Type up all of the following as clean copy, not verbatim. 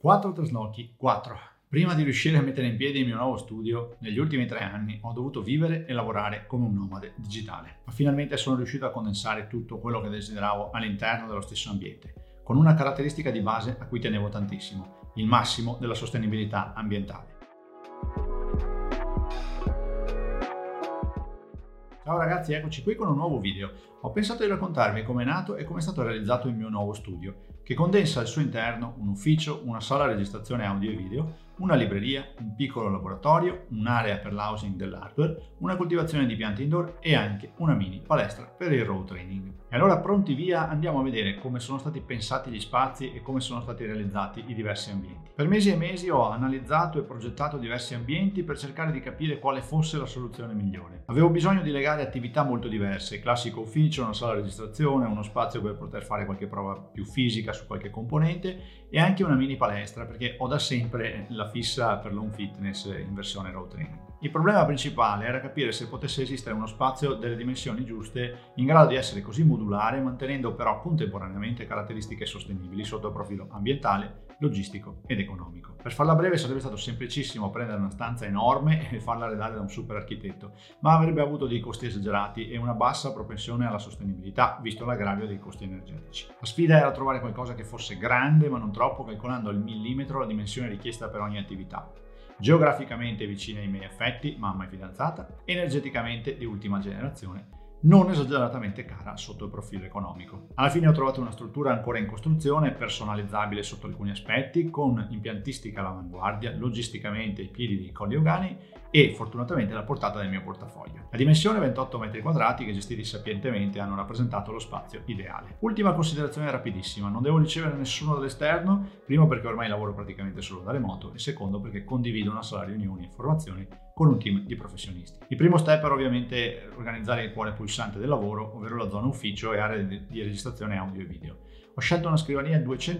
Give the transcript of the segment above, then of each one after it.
4 traslochi, 4. Prima di riuscire a mettere in piedi il mio nuovo studio, negli ultimi 3 anni ho dovuto vivere e lavorare come un nomade digitale. Ma finalmente sono riuscito a condensare tutto quello che desideravo all'interno dello stesso ambiente, con una caratteristica di base a cui tenevo tantissimo, il massimo della sostenibilità ambientale. Ciao ragazzi, eccoci qui con un nuovo video. Ho pensato di raccontarvi come è nato e come è stato realizzato il mio nuovo studio, che condensa al suo interno un ufficio, una sala registrazione audio e video, una libreria, un piccolo laboratorio, un'area per l'housing dell'hardware, una coltivazione di piante indoor e anche una mini palestra per il row training. E allora pronti via, andiamo a vedere come sono stati pensati gli spazi e come sono stati realizzati i diversi ambienti. Per mesi e mesi ho analizzato e progettato diversi ambienti per cercare di capire quale fosse la soluzione migliore. Avevo bisogno di legare attività molto diverse, classico ufficio, una sala registrazione, uno spazio per poter fare qualche prova più fisica su qualche componente e anche una mini palestra, perché ho da sempre la fissa per l'home fitness in versione row training. Il problema principale era capire se potesse esistere uno spazio delle dimensioni giuste in grado di essere così modulare, mantenendo però contemporaneamente caratteristiche sostenibili sotto il profilo ambientale, logistico ed economico. Per farla breve sarebbe stato semplicissimo prendere una stanza enorme e farla arredare da un super architetto, ma avrebbe avuto dei costi esagerati e una bassa propensione alla sostenibilità, visto l'aggravio dei costi energetici. La sfida era trovare qualcosa che fosse grande ma non troppo, calcolando al millimetro la dimensione richiesta per ogni attività. Geograficamente vicina ai miei affetti, mamma e fidanzata, energeticamente di ultima generazione, non esageratamente cara sotto il profilo economico. Alla fine ho trovato una struttura ancora in costruzione, personalizzabile sotto alcuni aspetti, con impiantistica all'avanguardia, logisticamente ai piedi dei coniugali e fortunatamente alla portata del mio portafoglio. La dimensione 28 metri quadrati che gestiti sapientemente hanno rappresentato lo spazio ideale. Ultima considerazione rapidissima, non devo ricevere nessuno dall'esterno, primo perché ormai lavoro praticamente solo da remoto e secondo perché condivido una sala riunioni e formazioni con un team di professionisti. Il primo step era ovviamente organizzare il cuore pulsante del lavoro, ovvero la zona ufficio e area di registrazione audio e video. Ho scelto una scrivania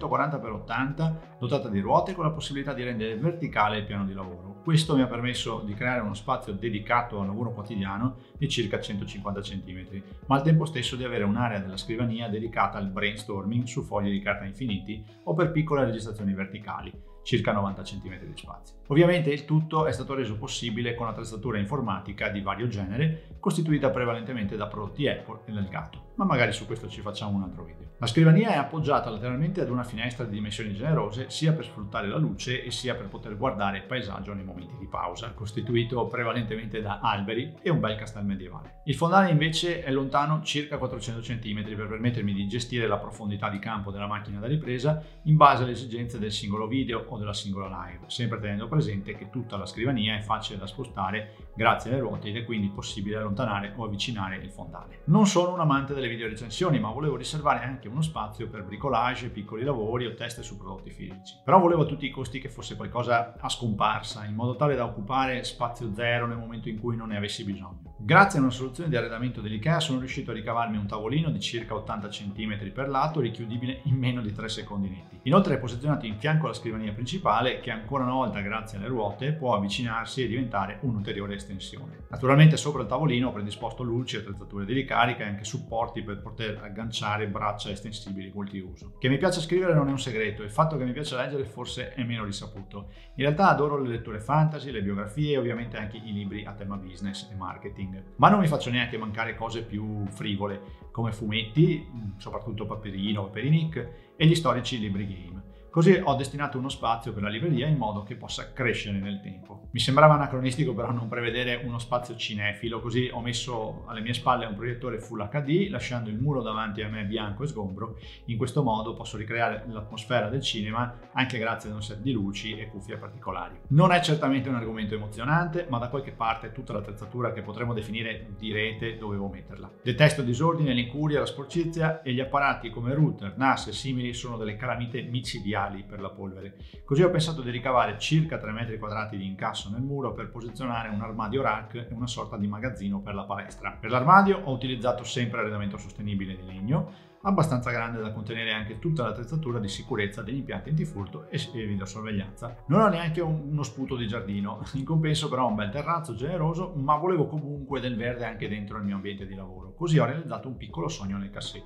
240x80 dotata di ruote con la possibilità di rendere verticale il piano di lavoro. Questo mi ha permesso di creare uno spazio dedicato al lavoro quotidiano di circa 150 cm, ma al tempo stesso di avere un'area della scrivania dedicata al brainstorming su fogli di carta infiniti o per piccole registrazioni verticali, circa 90 cm di spazio. Ovviamente il tutto è stato reso possibile con attrezzatura informatica di vario genere, costituita prevalentemente da prodotti Apple e Elgato, ma magari su questo ci facciamo un altro video. La scrivania è appoggiata lateralmente ad una finestra di dimensioni generose, sia per sfruttare la luce e sia per poter guardare il paesaggio nei momenti di pausa, costituito prevalentemente da alberi e un bel castello medievale. Il fondale invece è lontano circa 400 cm per permettermi di gestire la profondità di campo della macchina da ripresa in base alle esigenze del singolo video o della singola live, sempre tenendo presente che tutta la scrivania è facile da spostare grazie alle ruote ed è quindi possibile allontanare o avvicinare il fondale. Non sono un amante delle videorecensioni, ma volevo riservare anche uno spazio per bricolage, piccoli lavori o test su prodotti fisici. Però volevo a tutti i costi che fosse qualcosa a scomparsa, in modo tale da occupare spazio zero nel momento in cui non ne avessi bisogno. Grazie a una soluzione di arredamento dell'IKEA sono riuscito a ricavarmi un tavolino di circa 80 cm per lato, richiudibile in meno di 3 secondi netti. Inoltre è posizionato in fianco alla scrivania principale che ancora una volta grazie alle ruote può avvicinarsi e diventare un'ulteriore estensione. Naturalmente sopra il tavolino ho predisposto luci, attrezzature di ricarica e anche supporti per poter agganciare braccia estensibili multiuso. Che mi piace scrivere non è un segreto, il fatto che mi piace leggere forse è meno risaputo. In realtà adoro le letture fantasy, le biografie e ovviamente anche i libri a tema business e marketing. Ma non mi faccio neanche mancare cose più frivole come fumetti, soprattutto Paperino, Paperinic e gli storici libri game. Così ho destinato uno spazio per la libreria in modo che possa crescere nel tempo. Mi sembrava anacronistico però non prevedere uno spazio cinefilo, così ho messo alle mie spalle un proiettore Full HD, lasciando il muro davanti a me bianco e sgombro. In questo modo posso ricreare l'atmosfera del cinema anche grazie ad un set di luci e cuffie particolari. Non è certamente un argomento emozionante, ma da qualche parte tutta l'attrezzatura che potremmo definire di rete dovevo metterla. Detesto il disordine, l'incuria, la sporcizia e gli apparati come router, NAS e simili sono delle calamite micidiali per la polvere. Così ho pensato di ricavare circa 3 metri quadrati di incasso nel muro per posizionare un armadio rack e una sorta di magazzino per la palestra. Per l'armadio ho utilizzato sempre arredamento sostenibile di legno, abbastanza grande da contenere anche tutta l'attrezzatura di sicurezza degli impianti antifurto e videosorveglianza. Non ho neanche uno sputo di giardino, in compenso però ho un bel terrazzo generoso, ma volevo comunque del verde anche dentro il mio ambiente di lavoro, così ho realizzato un piccolo sogno nel cassetto.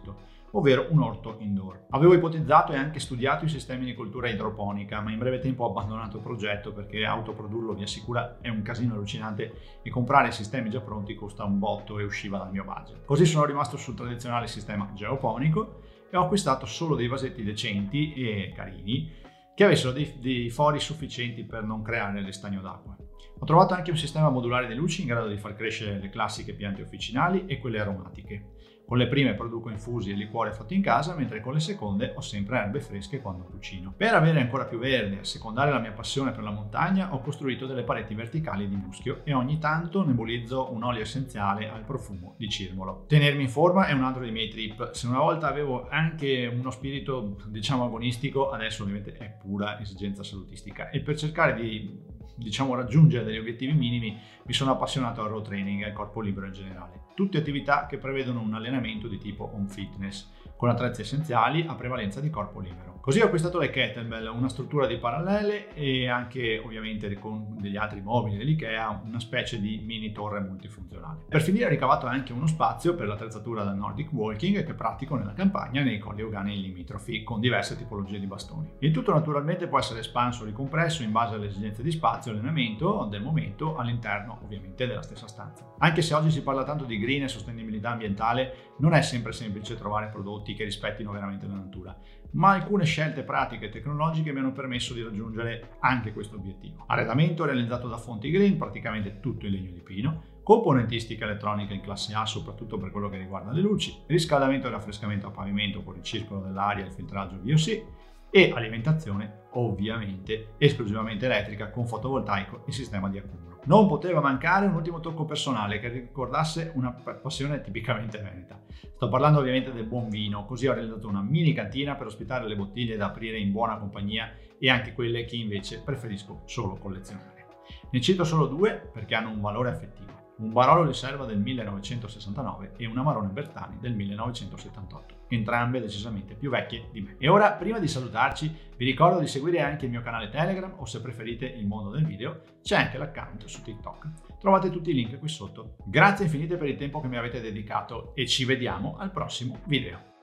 ovvero un orto indoor. Avevo ipotizzato e anche studiato i sistemi di coltura idroponica, ma in breve tempo ho abbandonato il progetto perché autoprodurlo, vi assicura, è un casino allucinante e comprare sistemi già pronti costa un botto e usciva dal mio budget. Così sono rimasto sul tradizionale sistema geoponico e ho acquistato solo dei vasetti decenti e carini che avessero dei fori sufficienti per non creare le stagno d'acqua. Ho trovato anche un sistema modulare di luci in grado di far crescere le classiche piante officinali e quelle aromatiche. Con le prime produco infusi e liquore fatti in casa, mentre con le seconde ho sempre erbe fresche quando cucino. Per avere ancora più verde e assecondare la mia passione per la montagna, ho costruito delle pareti verticali di muschio e ogni tanto nebulizzo un olio essenziale al profumo di cirmolo. Tenermi in forma è un altro dei miei trip. Se una volta avevo anche uno spirito, diciamo, agonistico, adesso ovviamente è pura esigenza salutistica. E per cercare di, raggiungere degli obiettivi minimi, mi sono appassionato al road training e al corpo libero in generale. Tutte attività che prevedono un allenamento di tipo home fitness, con attrezzi essenziali a prevalenza di corpo libero. Così ho acquistato le kettlebell, una struttura di parallele e anche ovviamente con degli altri mobili dell'IKEA, una specie di mini torre multifunzionale. Per finire ho ricavato anche uno spazio per l'attrezzatura da Nordic Walking che pratico nella campagna nei colli euganei limitrofi con diverse tipologie di bastoni. Il tutto naturalmente può essere espanso o ricompresso in base alle esigenze di spazio e allenamento del momento all'interno ovviamente della stessa stanza. Anche se oggi si parla tanto di green e sostenibilità ambientale, non è sempre semplice trovare prodotti che rispettino veramente la natura, ma alcune scelte pratiche e tecnologiche mi hanno permesso di raggiungere anche questo obiettivo. Arredamento realizzato da fonti green, praticamente tutto in legno di pino, componentistica elettronica in classe A soprattutto per quello che riguarda le luci, riscaldamento e raffrescamento a pavimento con il circolo dell'aria e il filtraggio VOC e alimentazione ovviamente esclusivamente elettrica con fotovoltaico e sistema di accumulo. Non poteva mancare un ultimo tocco personale che ricordasse una passione tipicamente veneta. Sto parlando ovviamente del buon vino, così ho realizzato una mini cantina per ospitare le bottiglie da aprire in buona compagnia e anche quelle che invece preferisco solo collezionare. Ne cito solo due perché hanno un valore affettivo. Un Barolo Riserva del 1969 e un Amarone Bertani del 1978, entrambe decisamente più vecchie di me. E ora, prima di salutarci, vi ricordo di seguire anche il mio canale Telegram o se preferite il mondo del video, c'è anche l'account su TikTok. Trovate tutti i link qui sotto. Grazie infinite per il tempo che mi avete dedicato e ci vediamo al prossimo video.